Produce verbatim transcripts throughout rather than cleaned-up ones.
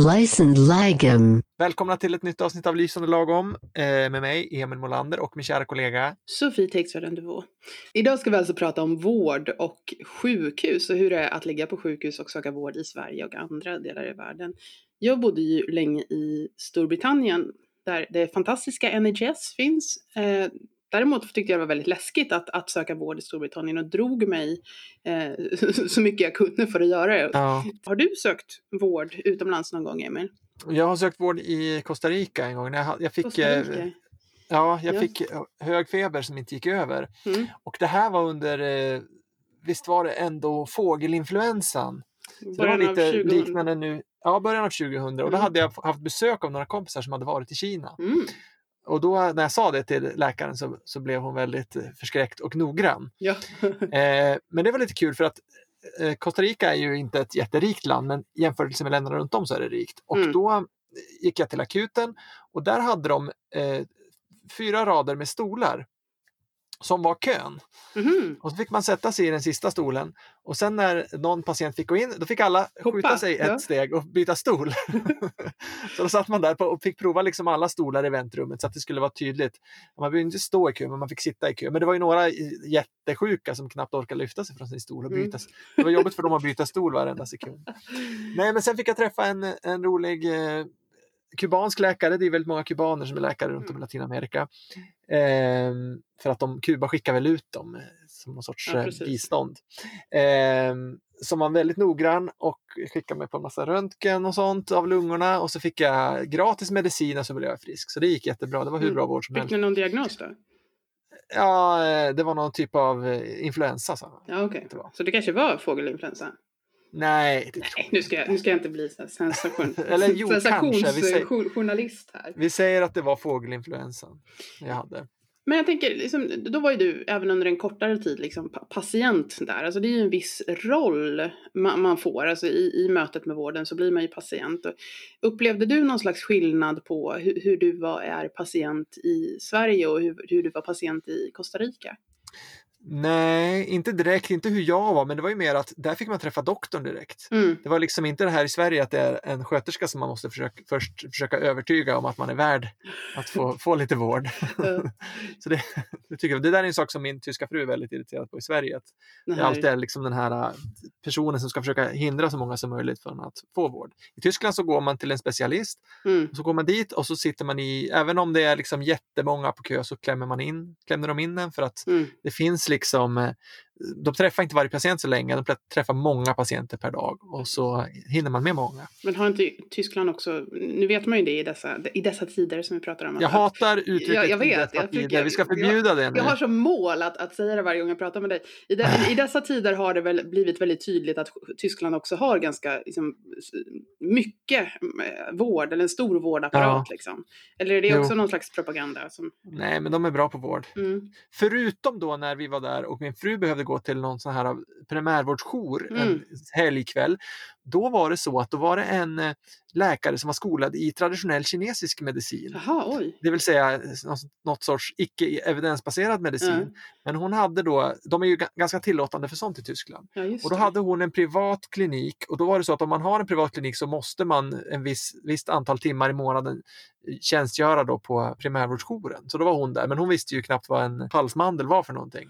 Lysande Lagom. Välkomna till ett nytt avsnitt av Lysande Lagom eh, med mig, Emil Molander, och min kära kollega Sofie Texfjärden-Duvå. Idag ska vi alltså prata om vård och sjukhus och hur det är att ligga på sjukhus och söka vård i Sverige och andra delar i världen. Jag bodde ju länge i Storbritannien där det fantastiska N H S finns. Eh, Däremot tyckte jag det var väldigt läskigt att, att söka vård i Storbritannien och drog mig eh, så mycket jag kunde för att göra det. Ja. Har du sökt vård utomlands någon gång, Emil? Jag har sökt vård i Costa Rica en gång. Jag, jag fick, Costa Rica? Eh, ja, jag Ja. fick hög feber som inte gick över. Mm. Och det här var under, eh, visst var det ändå fågelinfluensan. Så det var Början av lite tjugohundra. liknande nu. Ja, början av tjugohundra. Och då Mm. hade jag haft besök av några kompisar som hade varit i Kina. Mm. Och då när jag sa det till läkaren så, så blev hon väldigt förskräckt och noggrann. Ja. Eh, men det var lite kul för att eh, Costa Rica är ju inte ett jätterikt land, men jämfört med länderna runt om så är det rikt. Och Mm. då gick jag till akuten och där hade de eh, fyra rader med stolar som var kön. Mhm. Och så fick man sätta sig i den sista stolen. Och sen när någon patient fick gå in, då fick alla skjuta Hoppa, sig ett ja. steg och byta stol. Så då satt man där på, och fick prova liksom alla stolar i väntrummet så att det skulle vara tydligt. Man behövde inte stå i kö, men man fick sitta i kö. Men det var ju några jättesjuka som knappt orkade lyfta sig från sin stol och byta. Mm. Det var jobbigt för dem att byta stol varenda sekund. Nej, men sen fick jag träffa en, en rolig eh, kubansk läkare. Det är väldigt många kubaner som är läkare runt om i Latinamerika. Eh, för att de, Kuba skickar väl ut dem eh, som någon sorts Ja, eh, precis. bistånd. Eh, som var väldigt noggrann och skickade mig på en massa röntgen och sånt av lungorna. Och så fick jag gratis medicin och så blev jag frisk. Så det gick jättebra. Det var hur Mm. bra vård som Fick helst. ni någon diagnos då? Ja, eh, det var någon typ av eh, influensa. Så. Ja, okej. Det var. Så det kanske var fågelinfluensa? Nej, det Nej, nu ska jag, nu ska jag inte bli så här sensation, Eller jo, kanske. Vi säger- sensationsjournalist här. vi säger att det var fågelinfluensan jag hade. Men jag tänker, liksom, då var ju du även under en kortare tid liksom, pa- patient där. Alltså det är ju en viss roll man, man får. Alltså i, i mötet med vården så blir man ju patient. Och upplevde du någon slags skillnad på hur, hur du var, är patient i Sverige och hur, hur du var patient i Costa Rica? Nej, inte direkt, inte hur jag var, men det var ju mer att där fick man träffa doktorn direkt. Mm. Det var liksom inte det här i Sverige att det är en sköterska som man måste försöka, först försöka övertyga om att man är värd att få, få lite vård. Ja. Så det, det, tycker jag, det där är en sak som min tyska fru är väldigt irriterad på i Sverige. Att Det det här- alltid är liksom den här äh, personen som ska försöka hindra så många som möjligt från att få vård. I Tyskland så går man till en specialist. Mm. Och så går man dit och så sitter man i, även om det är liksom jättemånga på kö så klämmer man in, klämmer de in en för att Mm. det finns liksom, eh, de träffar inte varje patient så länge, de plä- träffar många patienter per dag och så hinner man med många. Men har inte Tyskland också, nu vet man ju det i dessa, i dessa tider som vi pratar om. Jag att- hatar uttrycket Ja, jag vet. i dessa Jag tycker- tider. Vi ska förbjuda det nu. Jag har som mål att, att säga det varje gång jag pratar med dig. I, de, I dessa tider har det väl blivit väldigt tydligt att Tyskland också har ganska liksom, mycket eh, vård, eller en stor vårdapparat. Ja. Liksom. Eller är det Jo. också någon slags propaganda? Som, Nej, men de är bra på vård. mm, Förutom då när vi var där och min fru behövde gå till någon sån här primärvårdsjour Mm. en helgkväll. Då var det så att då var det en eh, läkare som var skolad i traditionell kinesisk medicin. jaha, oj. Det vill säga något, något sorts icke-evidensbaserad medicin. Mm. Men hon hade då, de är ju ga- ganska tillåtande för sånt i Tyskland. Ja, just Och då det. hade hon en privat klinik och då var det så att om man har en privat klinik så måste man en viss, visst antal timmar i månaden tjänstgöra då på primärvårdsjouren. Så då var hon där, men hon visste ju knappt vad en halsmandel var för någonting.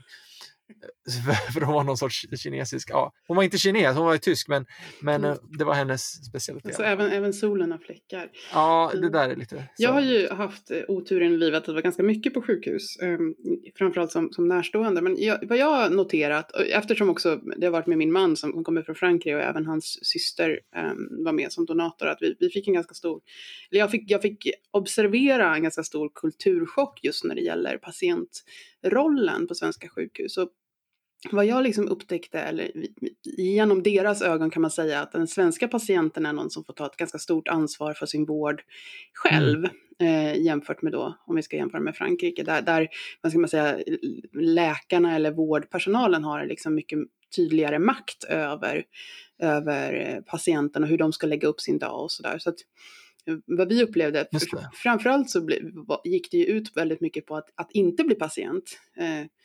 För hon var någon sorts kinesisk, ja. Hon var inte kines, hon var ju tysk, men, men Mm. det var hennes specialitet. Så även, även solen har fläckar. Ja, det där är lite så. Jag har ju haft eh, oturen i livet att vara ganska mycket på sjukhus. Eh, framförallt som, som närstående. Men jag, vad jag har noterat, och eftersom också det har varit med min man som kommer från Frankrike och även hans syster eh, var med som donator. Att vi, vi fick en ganska stor, eller jag fick, jag fick observera en ganska stor kulturchock just när det gäller patientrollen på svenska sjukhus. Och vad jag liksom upptäckte, eller genom deras ögon kan man säga att den svenska patienten är någon som får ta ett ganska stort ansvar för sin vård själv. Mm. Eh, jämfört med då, om vi ska jämföra med Frankrike, där, där vad ska man säga, läkarna eller vårdpersonalen har liksom mycket tydligare makt över, över patienten och hur de ska lägga upp sin dag och sådär. Så att vad vi upplevde, framförallt så ble, gick det ju ut väldigt mycket på att, att inte bli patient. Eh,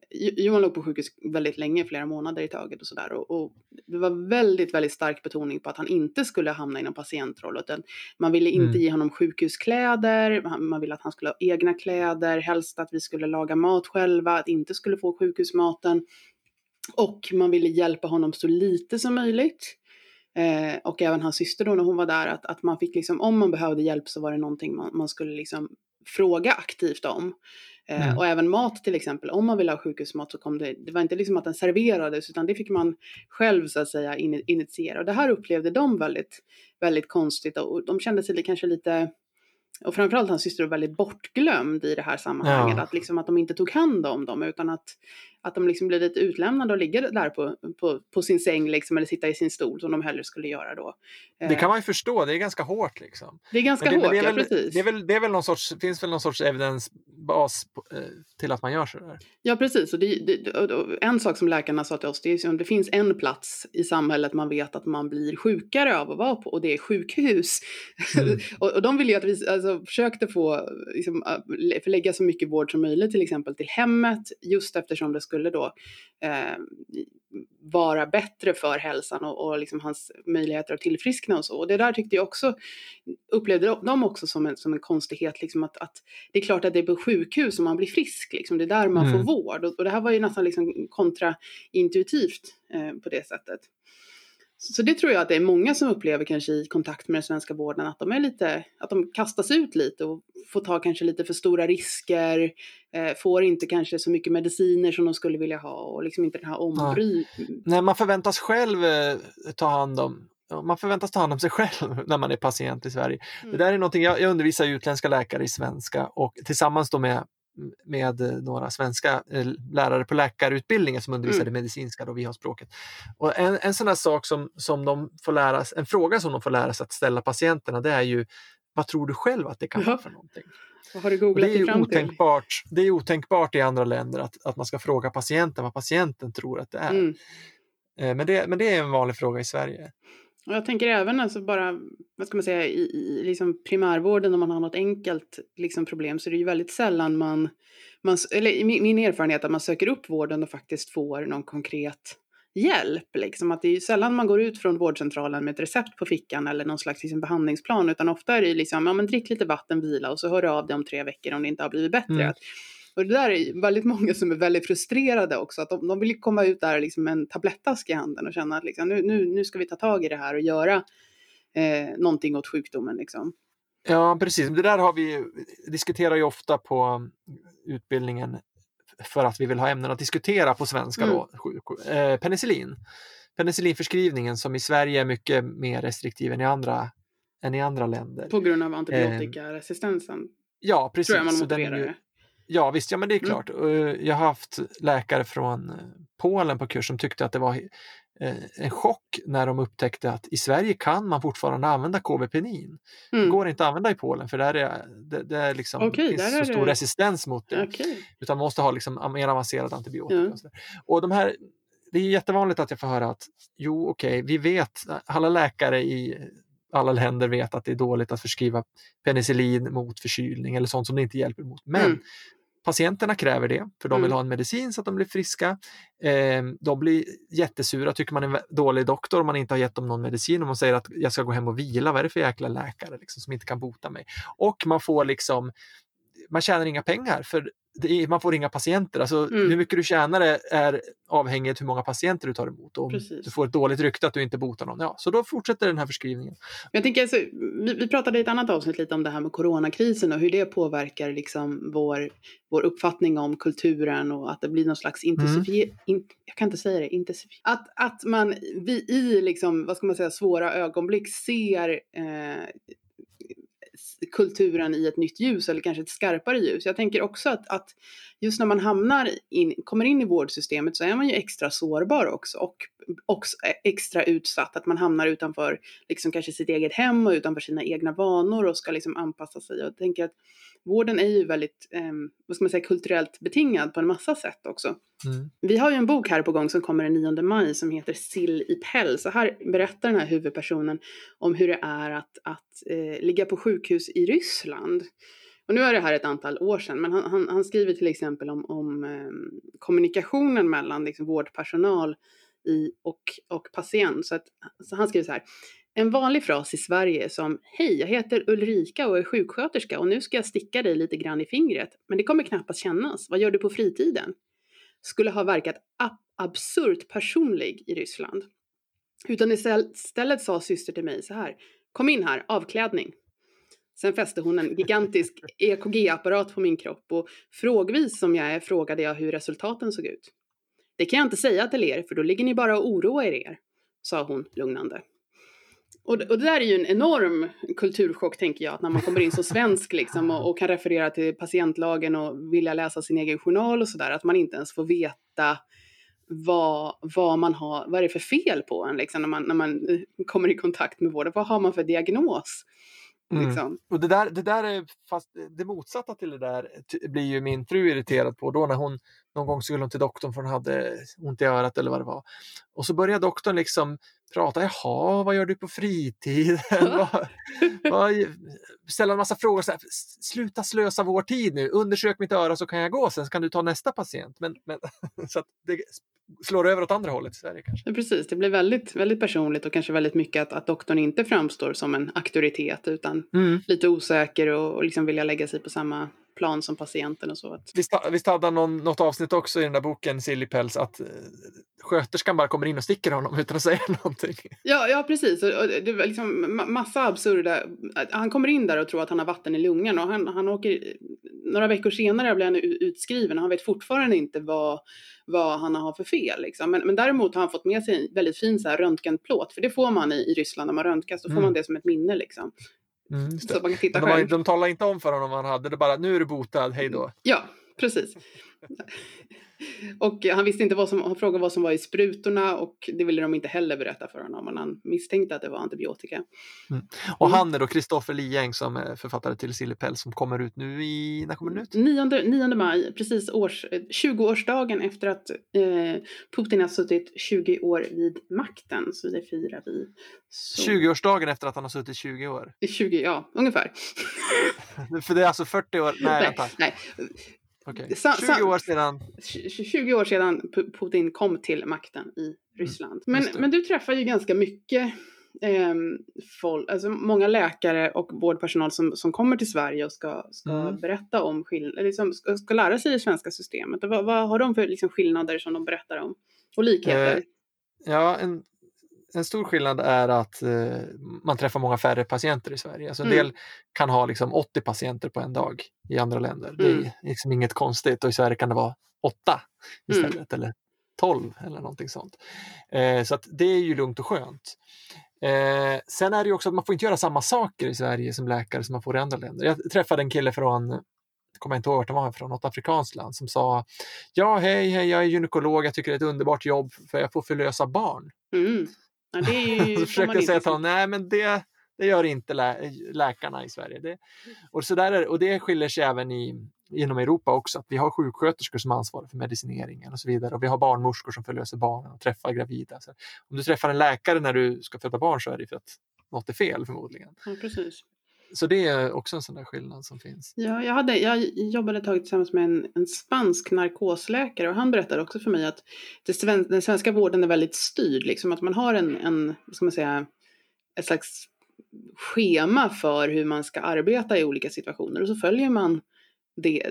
Johan låg på sjukhus väldigt länge, flera månader i taget och sådär. Och, och det var väldigt, väldigt stark betoning på att han inte skulle hamna i någon patientroll. Utan man ville inte Mm. ge honom sjukhuskläder, man ville att han skulle ha egna kläder, helst att vi skulle laga mat själva, att inte skulle få sjukhusmaten. Och man ville hjälpa honom så lite som möjligt. Eh, och även hans syster då när hon var där, att, att man fick liksom, om man behövde hjälp så var det någonting man, man skulle liksom fråga aktivt om. Eh, Mm. Och även mat till exempel, om man ville ha sjukhusmat så kom det, det var inte liksom att den serverades, utan det fick man själv så att säga in, initiera. Och det här upplevde de väldigt, väldigt konstigt, och de kände sig kanske lite, och framförallt hans syster var väldigt bortglömd i det här sammanhanget. Ja. Att, liksom, att de inte tog hand om dem, utan att, att de liksom blev lite utlämnade och ligger där på, på, på sin säng liksom, eller sitta i sin stol som de hellre skulle göra då. Det kan man ju förstå, det är ganska hårt liksom. Det är ganska Men det, hårt, men det är ja väl, precis. Det är väl, det är väl någon sorts, finns väl någon sorts evidensbas på, eh, till att man gör så där. Ja precis, och, det, det, och en sak som läkarna sa till oss, det är att det finns en plats i samhället man vet att man blir sjukare av att vara på, och det är sjukhus. Mm. och, och de ville ju att vi alltså, försökte få liksom, förlägga så mycket vård som möjligt till exempel till hemmet, just eftersom det skulle då eh, vara bättre för hälsan och, och liksom hans möjligheter att tillfriskna och så. Och det där tyckte jag också, upplevde de också som en, som en konstighet, liksom att, att det är klart att det är på sjukhus som man blir frisk, liksom. Det är där man mm. får vård. Och, och det här var ju nästan liksom kontraintuitivt eh, på det sättet. Så det tror jag att det är många som upplever kanske i kontakt med den svenska vården, att de är lite, att de kastas ut lite och får ta kanske lite för stora risker, eh, får inte kanske så mycket mediciner som de skulle vilja ha, och liksom inte den här ombry. Ja. Nej, man förväntas själv eh, ta hand om man förväntas ta hand om sig själv när man är patient i Sverige. Mm. Det där är någonting, jag, jag undervisar utländska läkare i svenska, och tillsammans då med med några svenska eh, lärare på läkarutbildningen som undervisade mm. medicinska, då vi har språket. Och en, en sån här sak som, som de får lära sig, en fråga som de får lära sig att ställa patienterna, det är ju, vad tror du själv att det kan vara för någonting? Vad har du googlat det är dig fram till? Otänkbart, det är otänkbart i andra länder att, att man ska fråga patienten vad patienten tror att det är. Mm. Eh, men, det, men det är en vanlig fråga i Sverige. Och jag tänker även alltså bara, vad ska man säga, i, i liksom primärvården, om man har något enkelt liksom problem, så är det ju väldigt sällan man, man eller min, min erfarenhet att man söker upp vården och faktiskt får någon konkret hjälp. Liksom. Att det är ju sällan man går ut från vårdcentralen med ett recept på fickan eller någon slags liksom behandlingsplan, utan ofta är det liksom, ja men drick lite vatten, vila och så hör du av dig om tre veckor om det inte har blivit bättre. Mm. Och det där är väldigt många som är väldigt frustrerade också. Att de, de vill komma ut där liksom med en tablettask i handen och känna att liksom, nu, nu, nu ska vi ta tag i det här och göra eh, någonting åt sjukdomen. Liksom. Ja, precis. Det där har vi diskuterar ju ofta på utbildningen för att vi vill ha ämnen att diskutera på svenska. Mm. Då. Eh, penicillin. Penicillinförskrivningen som i Sverige är mycket mer restriktiv än i andra, än i andra länder. På grund av antibiotikaresistensen. Eh, ja, precis. Tror jag man motiverar det. Ja, visst, ja men det är klart. Mm. Jag har haft läkare från Polen på kurs som tyckte att det var en chock när de upptäckte att i Sverige kan man fortfarande använda Kåvepenin. Mm. Det går inte att använda i Polen för där är, det, det är liksom, okay, finns så stor det... resistens mot det. Okay. Utan man måste ha liksom mer avancerad antibiotika. Mm. Och, så och de här, det är jättevanligt att jag får höra att jo okej, okay, vi vet, alla läkare i alla länder vet att det är dåligt att förskriva penicillin mot förkylning eller sånt som det inte hjälper mot. Men mm. patienterna kräver det, för de vill mm. ha en medicin så att de blir friska. Eh, de blir jättesura, tycker man är en dålig doktor om man inte har gett dem någon medicin, och man säger att jag ska gå hem och vila. Vad är det för jäkla läkare liksom, som inte kan bota mig? Och man får liksom, man tjänar inga pengar för det är, man får inga patienter. Alltså, mm. hur mycket du tjänar är, är avhängigt hur många patienter du tar emot. Om Precis. Du får ett dåligt rykte att du inte botar någon, ja, så då fortsätter den här förskrivningen. Jag tänker, alltså, vi, vi pratade i ett annat avsnitt lite om det här med coronakrisen och hur det påverkar liksom vår, vår uppfattning om kulturen, och att det blir någon slags intensifiering. Mm. In, jag kan inte säga det. Intensifiering. Att, att man vi, i liksom, vad ska man säga, svåra ögonblick ser eh, kulturen i ett nytt ljus, eller kanske ett skarpare ljus. Jag tänker också att, att just när man hamnar in, kommer in i vårdsystemet, så är man ju extra sårbar också, och också extra utsatt, att man hamnar utanför liksom kanske sitt eget hem och utanför sina egna vanor och ska liksom anpassa sig. Jag tänker att vården är ju väldigt eh, vad ska man säga, kulturellt betingad på en massa sätt också. Mm. Vi har ju en bok här på gång som kommer den nionde maj som heter Sill i päls. Så här berättar den här huvudpersonen om hur det är att, att eh, ligga på sjukhus i Ryssland. Och nu är det här ett antal år sedan, men han, han, han skriver till exempel om, om eh, kommunikationen mellan liksom, vårdpersonal i, och, och patient. Så, att, så han skriver så här. En vanlig fras i Sverige är som hej, jag heter Ulrika och är sjuksköterska och nu ska jag sticka dig lite grann i fingret. Men det kommer knappast kännas. Vad gör du på fritiden? Skulle ha verkat ab- absurt personlig i Ryssland. Utan istället sa syster till mig så här. Kom in här, avklädning. Sen fäste hon en gigantisk E K G-apparat på min kropp och frågvis som jag är frågade jag hur resultaten såg ut. Det kan jag inte säga till er för då ligger ni bara och oroar er, sa hon lugnande. Och det, och det där är ju en enorm kulturchock tänker jag, att när man kommer in som svensk liksom, och, och kan referera till patientlagen och vilja läsa sin egen journal och sådär, att man inte ens får veta vad, vad man har, vad är det för fel på en liksom, när, man, när man kommer i kontakt med vården, vad har man för diagnos? Liksom. Mm. Och det där, det där är fast det motsatta till det där t- blir ju min fru irriterad på då när hon någon gång skulle hon till doktorn för hon hade ont i örat eller vad det var. Och så började doktorn liksom prata, jaha, vad gör du på fritiden? vad, vad, ställa en massa frågor, så här, sluta slösa vår tid nu, undersök mitt öra så kan jag gå, sen kan du ta nästa patient. Men, men, så att det slår över åt andra hållet i Sverige kanske. Ja, precis, det blir väldigt, väldigt personligt och kanske väldigt mycket att, att doktorn inte framstår som en auktoritet utan mm. lite osäker och, och liksom vilja lägga sig på samma plan som patienten och så. Att... Visst, visst hade han någon, något avsnitt också i den där boken Sillypels att eh, sköterskan bara kommer in och sticker honom utan att säga någonting. Ja, ja precis. Och, och det var liksom massa absurda... Han kommer in där och tror att han har vatten i lungan och han, han åker... Några veckor senare blir han utskriven och han vet fortfarande inte vad, vad han har för fel. Liksom. Men, men däremot har han fått med sig en väldigt fin så här, röntgenplåt. För det får man i, i Ryssland när man röntgas. Så får mm. man det som ett minne liksom. Mm, så man kan titta de, själv. de talar inte om för honom vad han hade. Det är bara, nu är du botad, hej då. Ja, precis. Och han visste inte vad som, han frågade vad som var i sprutorna och det ville de inte heller berätta för honom. Men han misstänkte att det var antibiotika. Mm. Och mm. han är då Kristoffer Lieng som är författare till Sillypels som kommer ut nu i, när kommer den ut? nionde maj, precis års, tjugoårsdagen efter att eh, Putin har suttit tjugo år vid makten. Så det firar vi. Så. tjugoårsdagen efter att han har suttit tjugo år? tjugo, ja, ungefär. För det är alltså fyrtio år? Nej, nej, vänta. nej. Okay. tjugo år sedan. tjugo år sedan Putin kom till makten i Ryssland. Mm, men, men du träffar ju ganska mycket eh, folk, alltså många läkare och vårdpersonal som, som kommer till Sverige och ska, ska mm. berätta om skill- eller liksom ska, ska lära sig det svenska systemet. Och vad, vad har de för liksom, skillnader som de berättar om? Och likheter? Eh, ja, en En stor skillnad är att eh, man träffar många färre patienter i Sverige. Alltså en mm. del kan ha liksom åttio patienter på en dag i andra länder. Mm. Det är liksom inget konstigt och i Sverige kan det vara åtta istället mm. eller tolv eller någonting sånt. Eh, så att det är ju lugnt och skönt. Eh, sen är det ju också att man får inte göra samma saker i Sverige som läkare som man får i andra länder. Jag träffade en kille från, jag kommer inte ihåg vart han var, från något afrikanskt land som sa ja hej, hej, jag är gynekolog, jag tycker det är ett underbart jobb för jag får förlösa barn. Mm. Ja, det är ju, så försökte jag säga till honom, nej men det, det gör inte lä- läkarna i Sverige. Det, och, så där är, och det skiljer sig även i, inom Europa också. Att vi har sjuksköterskor som ansvarar för medicineringen och så vidare. Och vi har barnmorskor som förlöser barnen och träffar gravida. Så om du träffar en läkare när du ska föda barn så är det för att något är fel förmodligen. Ja, precis. Så det är också en sån där skillnad som finns. Ja, jag, hade, jag jobbade ett tag tillsammans med en, en spansk narkosläkare och han berättade också för mig att det sven, den svenska vården är väldigt styrd. Liksom, att man har en, en ska man säga, ett slags schema för hur man ska arbeta i olika situationer och så följer man det.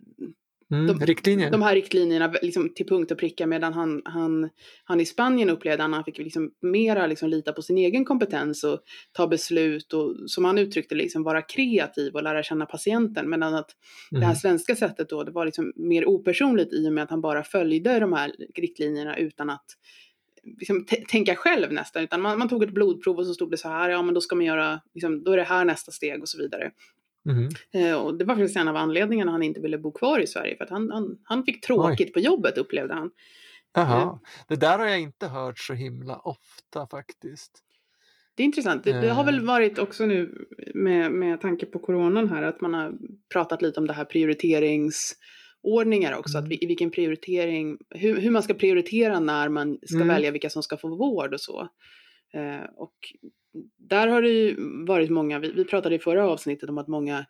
Mm, de, riktlinjer. de här riktlinjerna liksom, till punkt och pricka medan han, han, han i Spanien upplevde han, han fick liksom mera liksom, lita på sin egen kompetens och ta beslut och som han uttryckte liksom, vara kreativ och lära känna patienten medan att mm. det här svenska sättet då det var liksom mer opersonligt i och med att han bara följde de här riktlinjerna utan att liksom, t- tänka själv nästan utan man, man tog ett blodprov och så stod det så här ja men då ska man göra liksom, då är det här nästa steg och så vidare. Mm. Eh, och det var faktiskt en av anledningarna han inte ville bo kvar i Sverige för att han, han, han fick tråkigt Oj. på jobbet upplevde han. Jaha, eh. det där har jag inte hört så himla ofta faktiskt. Det är intressant, det, det har väl varit också nu med, med tanke på coronan här att man har pratat lite om det här prioriteringsordningar också, mm. att vi, vilken prioritering, hur, hur man ska prioritera när man ska mm. välja vilka som ska få vård och så. Eh, och där har det ju varit många, vi, vi pratade i förra avsnittet om att många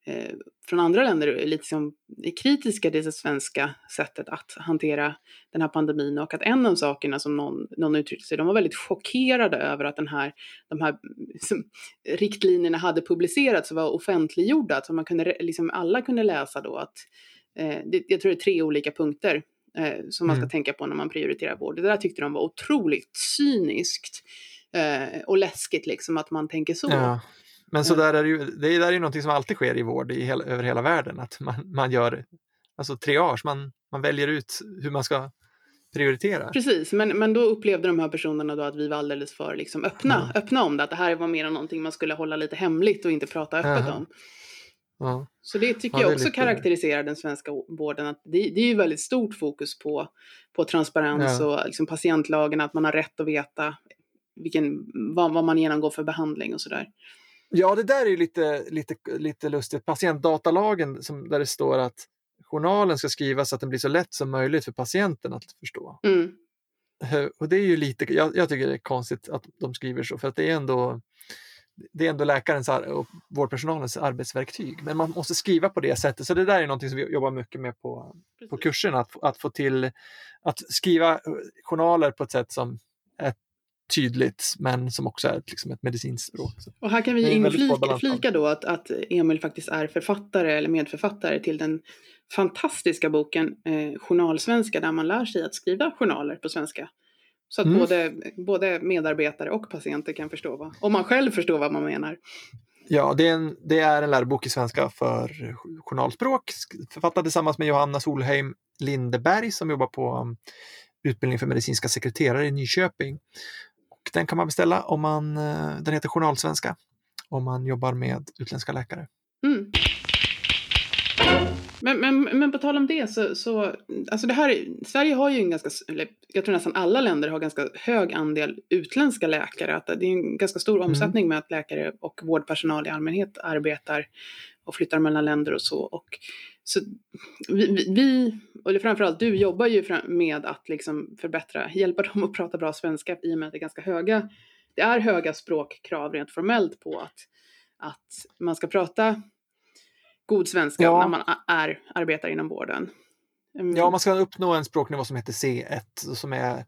eh, från andra länder är lite som, är kritiska till det svenska sättet att hantera den här pandemin, och att en av sakerna som någon, någon uttryckte sig, de var väldigt chockerade över att den här, de här liksom, riktlinjerna hade publicerats och var offentliggjorda, så man kunde, liksom, alla kunde läsa då att eh, det, jag tror det är tre olika punkter eh, som man ska Mm. tänka på när man prioriterar vård. Det där tyckte de var otroligt cyniskt eh, och läskigt, liksom, att man tänker så. Ja. Men så där är det ju, det där är ju någonting som alltid sker i vård i hela, över hela världen, att man, man gör alltså triage, man, man väljer ut hur man ska prioritera. Precis, men, men då upplevde de här personerna då att vi var alldeles för liksom öppna, Mm. öppna om det, att det här var mer än någonting man skulle hålla lite hemligt och inte prata öppet Jaha. om. Ja. Så det tycker Ja, jag det är också lite- karaktäriserar den svenska vården, att det, det är ju väldigt stort fokus på, på transparens Ja. och liksom patientlagen, att man har rätt att veta vilken, vad, vad man genomgår för behandling och sådär. Ja, det där är ju lite, lite, lite lustigt. Patientdatalagen, som, där det står att journalen ska skrivas så att den blir så lätt som möjligt för patienten att förstå. Mm. Eh, Och det är ju lite, jag, jag tycker det är konstigt att de skriver så, för att det är ändå, det är ändå läkarens ar- och vårdpersonalens arbetsverktyg. Men man måste skriva på det sättet, så det där är någonting som vi jobbar mycket med på, på kurserna, att, att få till att skriva journaler på ett sätt som är tydligt, men som också är ett, liksom ett medicinskt språk. Så. Och här kan Det är vi en väldigt svår inflika balans. flika då att, att Emil faktiskt är författare eller medförfattare till den fantastiska boken eh, Journalsvenska, där man lär sig att skriva journaler på svenska. Så att Mm. både, både medarbetare och patienter kan förstå vad, om man själv förstår vad man menar. Ja, det är, en, det är en lärobok i svenska för journalspråk, författad tillsammans med Johanna Solheim Lindeberg, som jobbar på um, utbildning för medicinska sekreterare i Nyköping. Och den kan man beställa om man, uh, den heter Journalsvenska, om man jobbar med utländska läkare. Mm. Men, men, men på tal om det så, så alltså det här, Sverige har ju en ganska, eller jag tror nästan alla länder har ganska hög andel utländska läkare. Att det är en ganska stor omsättning med att läkare och vårdpersonal i allmänhet arbetar och flyttar mellan länder och så. Och så vi, vi, eller framförallt du, jobbar ju med att liksom förbättra, hjälpa dem att prata bra svenska, i och med att det är ganska höga, det är höga språkkrav rent formellt på att, att man ska prata god svenska Ja. när man är, arbetar inom vården. Mm. Ja, man ska uppnå en språknivå som heter C ett, som är,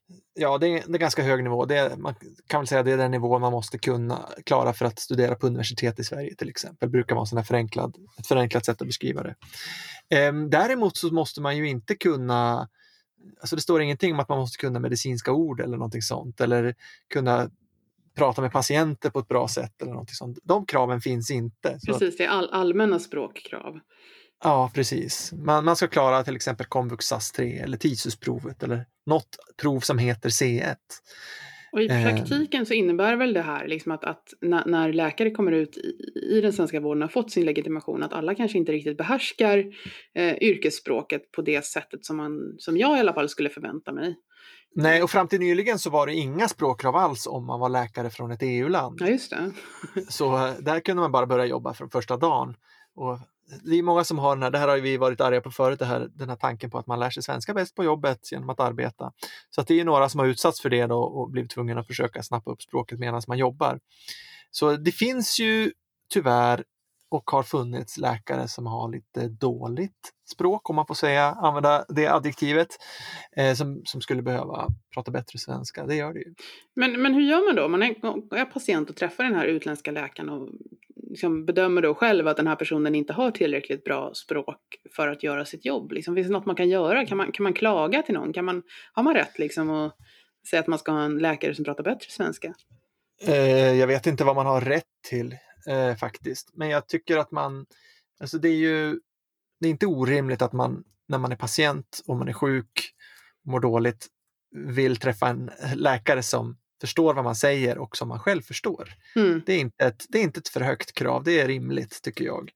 ja, det är, det är ganska hög nivå. Det är, man kan väl säga att det är den nivå man måste kunna klara för att studera på universitet i Sverige till exempel. Det brukar vara en sån här förenklad, ett förenklat sätt att beskriva det. Ehm, däremot så måste man ju inte kunna, alltså det står ingenting om att man måste kunna medicinska ord eller någonting sånt, eller kunna prata med patienter på ett bra sätt eller någonting sånt. De kraven finns inte. Så, Precis, det är all, allmänna språkkrav. ja, precis. Man, man ska klara till exempel Komvux S A S tre eller TISUS-provet eller något prov som heter C ett. Och i Eh. praktiken så innebär väl det här liksom att, att när, när läkare kommer ut i, i den svenska vården och har fått sin legitimation, att alla kanske inte riktigt behärskar eh, yrkesspråket på det sättet som, man, som jag i alla fall skulle förvänta mig. Nej, och fram till nyligen så var det inga språkkrav alls om man var läkare från ett E U-land. Ja, just det. Så där kunde man bara börja jobba från första dagen. Och det är många som har den här, det här har ju vi varit arga på förut, det här, den här tanken på att man lär sig svenska bäst på jobbet genom att arbeta. Så att det är några som har utsatts för det då och blivit tvungna att försöka snappa upp språket medan man jobbar. Så det finns ju tyvärr och har funnits läkare som har lite dåligt språk, om man får säga, använda det adjektivet, eh, som, som skulle behöva prata bättre svenska. Det gör det ju. Men, men hur gör man då? Man är, är patient och träffar den här utländska läkaren och liksom bedömer då själv att den här personen inte har tillräckligt bra språk för att göra sitt jobb. Liksom, finns det något man kan göra? Kan man, kan man klaga till någon? Kan man, har man rätt liksom att säga att man ska ha en läkare som pratar bättre svenska? Eh, jag vet inte vad man har rätt till eh, faktiskt. Men jag tycker att man, alltså det är ju, det är inte orimligt att man när man är patient och man är sjuk och mår dåligt vill träffa en läkare som förstår vad man säger och som man själv förstår. Mm. Det är inte ett, det är inte ett för högt krav, det är rimligt tycker jag.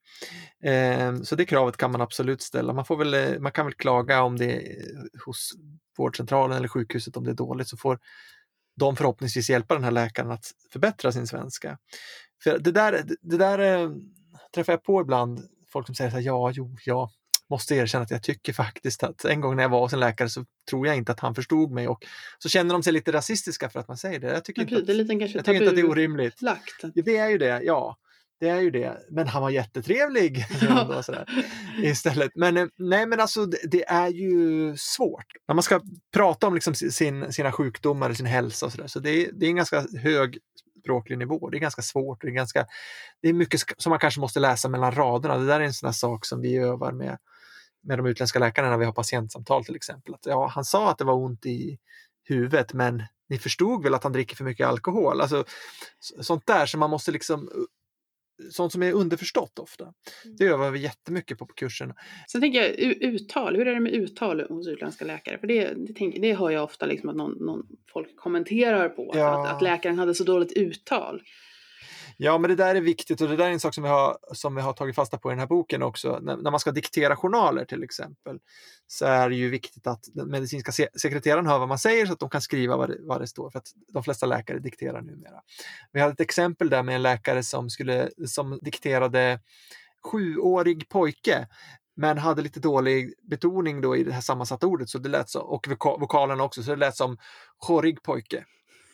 Eh, så det kravet kan man absolut ställa. Man, får väl, man kan väl klaga om det är hos vårdcentralen eller sjukhuset om det är dåligt, så får de förhoppningsvis hjälpa den här läkaren att förbättra sin svenska. För det där, det där äh, träffar jag på ibland, folk som säger så här, ja, jo, jag måste erkänna att jag tycker faktiskt att en gång när jag var hos en läkare så tror jag inte att han förstod mig, och så känner de sig lite rasistiska för att man säger det. Jag tycker, Men inte, det är lite att, kanske jag tycker inte att det är orimligt. lagt. Ja, det är ju det, ja. det är ju det. Men han var jättetrevlig. Då, sådär, istället. Men eh, nej, men alltså det, det är ju svårt. När man ska prata om liksom sin, sina sjukdomar eller sin hälsa och sådär. Så det, det är en ganska hög språklig nivå. Det är ganska svårt. Det är, ganska, det är mycket som man kanske måste läsa mellan raderna. Det där är en sån här sak som vi övar med, med de utländska läkarna när vi har patientsamtal till exempel. Att, ja, han sa att det var ont i huvudet, men ni förstod väl att han dricker för mycket alkohol. Alltså, sånt där som man måste liksom, sånt som är underförstått ofta. Det övar vi jättemycket på på kursen. Sen tänker jag uttal, hur är det med uttal hos utländska läkare? För det, det, tänker, det hör jag ofta liksom att någon, någon folk kommenterar på, ja. att, att läkaren hade så dåligt uttal. Ja, men det där är viktigt och det där är en sak som vi har, som vi har tagit fasta på i den här boken också. När, när man ska diktera journaler till exempel, så är det ju viktigt att den medicinska se- sekreteraren hör vad man säger så att de kan skriva vad det, vad det står, för att de flesta läkare dikterar numera. Vi hade ett exempel där med en läkare som, skulle, som dikterade sjuårig pojke, men hade lite dålig betoning då i det här sammansatta ordet, så det lät så, och voka- vokalen också, så det lät som hårig pojke.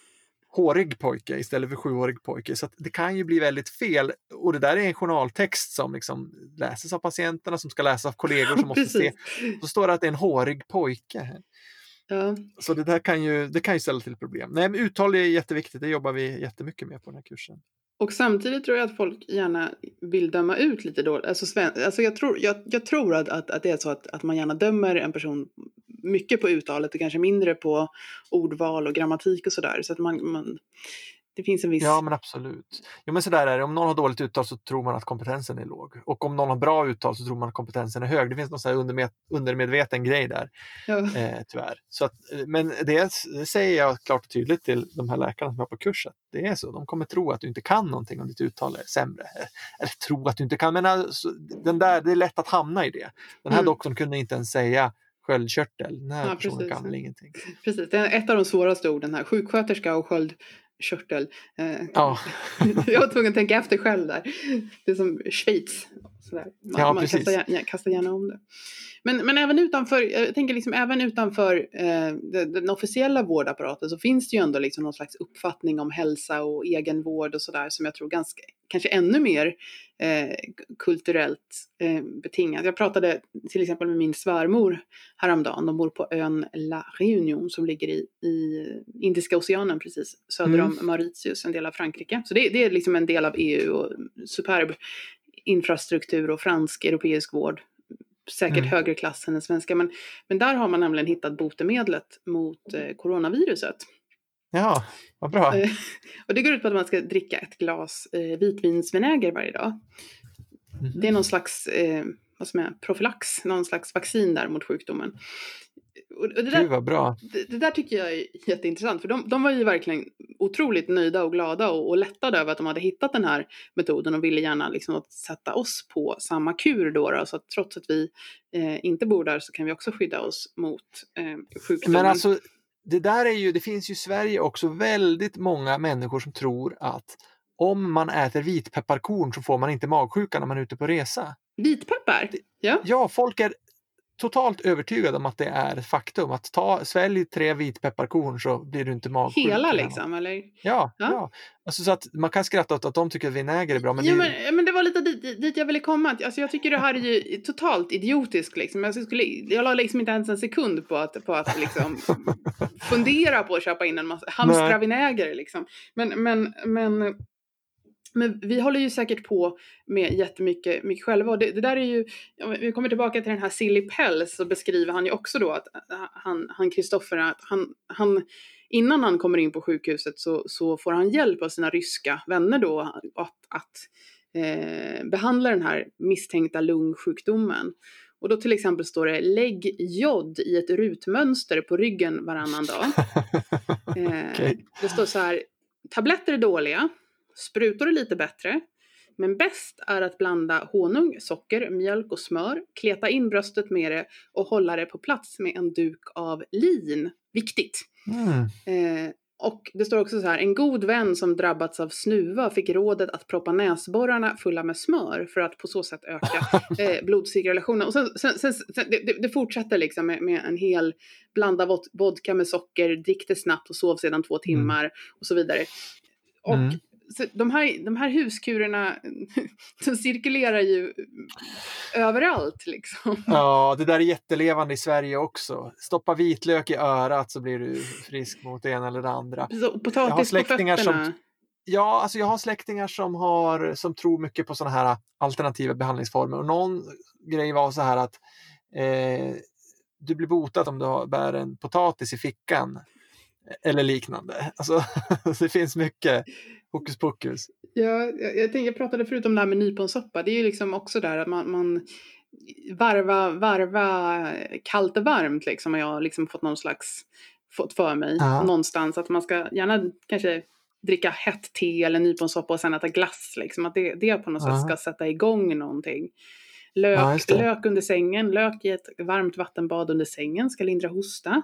Hårig pojke istället för sjuårig pojke. Så att det kan ju bli väldigt fel. Och det där är en journaltext som liksom läses av patienterna, som ska läsas av kollegor som måste se. Så står det att det är en hårig pojke. Ja. Så det där kan ju, det kan ju ställa till problem. Nej, men uttal är jätteviktigt. Det jobbar vi jättemycket med på den här kursen. Och samtidigt tror jag att folk gärna vill döma ut lite då. Alltså, sven- alltså jag tror, jag, jag tror att, att, att det är så att, att man gärna dömer en person mycket på uttalet och kanske mindre på ordval och grammatik och sådär. Så att man, man, det finns en viss... Ja, men absolut. Jo, men sådär är det. Om någon har dåligt uttal så tror man att kompetensen är låg. Och om någon har bra uttal så tror man att kompetensen är hög. Det finns någon sån här undermed- undermedveten grej där. Ja. Eh, tyvärr. Så att, men det, det säger jag klart och tydligt till de här läkarna som är på kursen. Det är så. De kommer tro att du inte kan någonting om ditt uttal är sämre. Eller tro att du inte kan. Men alltså, den där, det är lätt att hamna i det. Den här mm. doktorn kunde inte ens säga sköldkörtel. Den här ja, personen precis. Kan väl ingenting. Precis. Det är ett av de svåraste orden här. Sjuksköterska och sköldkörtel. Eh, ja. Jag var tvungen att tänka efter själv där. Det är som Schweiz. Sådär. Man, ja, man kastar, gärna, kastar gärna om det. Men, men även utanför, jag tänker liksom även utanför eh, den, den officiella vårdapparaten så finns det ju ändå liksom någon slags uppfattning om hälsa och egenvård och sådär som jag tror ganska, kanske ännu mer eh, kulturellt eh, betingat. Jag pratade till exempel med min svärmor häromdagen. De bor på ön La Réunion som ligger i, i Indiska oceanen precis söder mm. om Mauritius, en del av Frankrike. Så det, det är liksom en del av E U och superb infrastruktur och fransk europeisk vård. Säkert mm. högre klass än den svenska. Men, men där har man nämligen hittat botemedlet mot eh, coronaviruset. Ja, vad bra. Eh, och det går ut på att man ska dricka ett glas eh, vitvinsvinäger varje dag. Mm. Det är någon slags eh, vad som är, profylax, någon slags vaccin där mot sjukdomen. Och det, där, Gud vad bra. Det, det där tycker jag är jätteintressant. För de, de var ju verkligen otroligt nöjda och glada och, och lättade över att de hade hittat den här metoden. Och ville gärna liksom att sätta oss på samma kur då. då så att trots att vi eh, inte bor där så kan vi också skydda oss mot eh, sjukdomen. Men alltså, det där är ju, det finns ju i Sverige också väldigt många människor som tror att om man äter vitpepparkorn så får man inte magsjuka när man är ute på resa. Vitpeppar? Ja. Ja, folk är totalt övertygad om att det är ett faktum. Att ta, svälj tre vitpepparkorn så blir du inte magsjuk. Hela liksom, eller? Ja, ja. ja. Alltså, så att man kan skratta åt att de tycker att vinäger är bra. Men, ja, det... men, men det var lite dit, dit jag ville komma. Alltså, jag tycker det här är ju totalt idiotiskt. Liksom. Jag, skulle, jag la liksom inte ens en sekund på att, på att liksom, fundera på att köpa in en massa hamstra vinäger. Liksom. Men, men, men Men vi håller ju säkert på med jättemycket mycket själva. Och det, det där är ju, ja, vi kommer tillbaka till den här Silly Pells, så beskriver han ju också då att han, han Kristoffer, att han, han, innan han kommer in på sjukhuset så, så får han hjälp av sina ryska vänner då att, att eh, behandla den här misstänkta lungsjukdomen. Och då till exempel står det, lägg jod i ett rutmönster på ryggen varannan dag. Eh, okay. Det står så här, tabletter är dåliga. Sprutor är lite bättre, men bäst är att blanda honung, socker, mjölk och smör, kleta in bröstet med det och hålla det på plats med en duk av lin. Viktigt. Mm. Eh, och det står också så här, en god vän som drabbats av snuva fick rådet att proppa näsborrarna fulla med smör för att på så sätt öka eh, blodcirkulationen. Och sen, sen, sen, sen det, det fortsätter liksom med, med en hel blanda vodka med socker, drick det snabbt och sov sedan två timmar mm. och så vidare. Och mm. så de, här, de här huskurerna de cirkulerar ju överallt liksom. Ja, det där är jättelevande i Sverige också. Stoppa vitlök i örat så blir du frisk mot det ena eller det andra. Så, potatis på fötterna. Som, ja, alltså jag har släktingar som, har, som tror mycket på sådana här alternativa behandlingsformer. Och någon grej var så här att eh, du blir botad om du har, bär en potatis i fickan. Eller liknande. Alltså, det finns mycket hokus pokus. Ja, jag, jag, tänkte, jag pratade förut om det här med nyponsoppa. Det är ju liksom också där att man, man varva, varva kallt och varmt liksom. Och jag har liksom fått någon slags, fått för mig Aha. någonstans att man ska gärna kanske dricka hett te eller nyponsoppa och sen äta glass liksom. Att det, det på något Aha. sätt ska sätta igång någonting. Lök, ja, lök under sängen, lök i ett varmt vattenbad under sängen ska lindra hosta.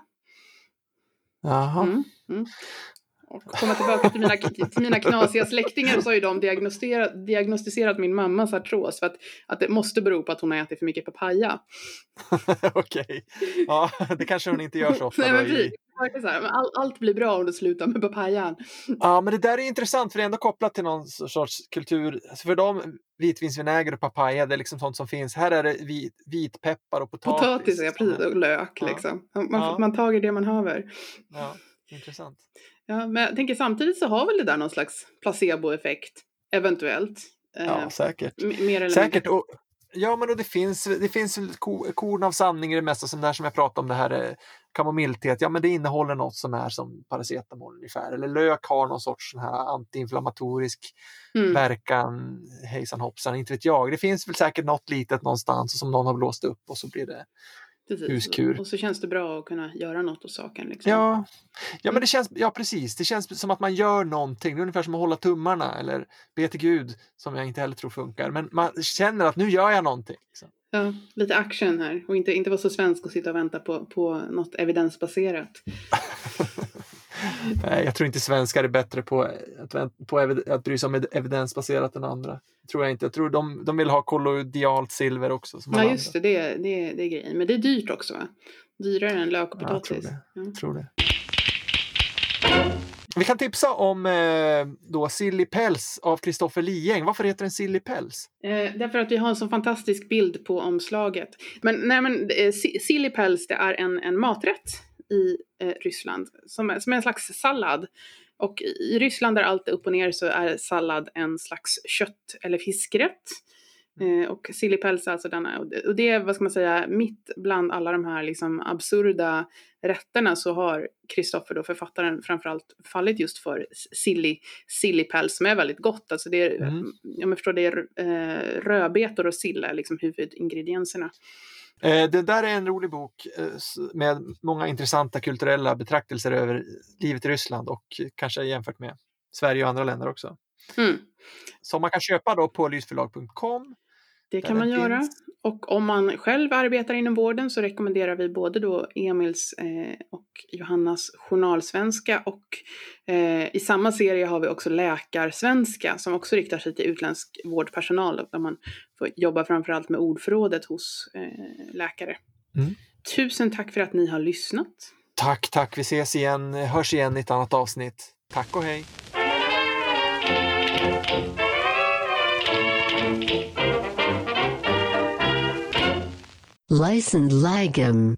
Jaha. Mm, mm. Och komma tillbaka till mina, till mina knasiga släktingar, så har ju de diagnostiserat, diagnostiserat min mammas artros för att, att det måste bero på att hon har ätit för mycket papaya. Okej, ja, det kanske hon inte gör så ofta. Nej, men i... så här, all, allt blir bra om du slutar med papayan. Ja, men det där är intressant för det är ändå kopplat till någon sorts kultur. Alltså för dem, vitvinsvinäger och papaya, det är liksom sånt som finns. Här är det vit, vitpeppar och potatis. Potatis, ja, precis, och lök ja. liksom. Man, ja. man tager det man haver. Ja, intressant. Ja, men jag tänker samtidigt så har väl det där någon slags placeboeffekt, eventuellt. Ja, säkert. M- mer eller säkert, och, ja men och det finns, det finns ko, korn av sanning i det mesta, som där som jag pratade om det här kamomillteet. Ja men det innehåller något som är som paracetamol ungefär. Eller lök har någon sorts sån här antiinflammatorisk mm. verkan, hejsan hoppsan, inte vet jag. Det finns väl säkert något litet någonstans som någon har blåst upp och så blir det precis. Huskur. Och så känns det bra att kunna göra något åt saken. Liksom. Ja. ja, men det känns, ja precis. Det känns som att man gör någonting. Det är ungefär som att hålla tummarna eller be till Gud, som jag inte heller tror funkar. Men man känner att nu gör jag någonting. Liksom. Ja, lite action här. Och inte, inte vara så svensk och sitta och vänta på, på något evidensbaserat. Nej, jag tror inte svenskar är bättre på att, på att bry sig om evidensbaserat än andra. Tror jag inte. Jag tror de, de vill ha kollodialt silver också. Som ja, just det. Det, det. det är grejen. Men det är dyrt också, va? Dyrare än lök och potatis. Ja, jag tror det. Ja. Jag tror det. Vi kan tipsa om eh, då Silly Päls av Kristoffer Lieng. Varför heter den Silly Päls? Eh, därför att vi har en så fantastisk bild på omslaget. Men, nej, men eh, Silly Päls, det är en, en maträtt i eh, Ryssland. Som, som är en slags sallad. Och i Ryssland där allt är upp och ner så är sallad en slags kött- eller fiskrätt. Eh, och Silly Päls alltså denna, och det är, vad ska man säga, mitt bland alla de här liksom absurda rätterna så har Kristoffer då, författaren, framförallt fallit just för silly, silly päls som är väldigt gott. Alltså det är, mm. jag förstår, det är eh, rödbetor och sill är liksom huvudingredienserna. Eh, det där är en rolig bok eh, med många intressanta kulturella betraktelser över livet i Ryssland och kanske jämfört med Sverige och andra länder också. Mm. Som man kan köpa då på lysförlag punkt com. Det kan man göra. Finns. Och om man själv arbetar inom vården så rekommenderar vi både då Emils eh, och Johannas journalsvenska. Och eh, i samma serie har vi också läkarsvenska som också riktar sig till utländsk vårdpersonal. Där man får jobba framförallt med ordförrådet hos eh, läkare. Mm. Tusen tack för att ni har lyssnat. Tack, tack. Vi ses igen. Hörs igen i ett annat avsnitt. Tack och hej. Licensed Lagom.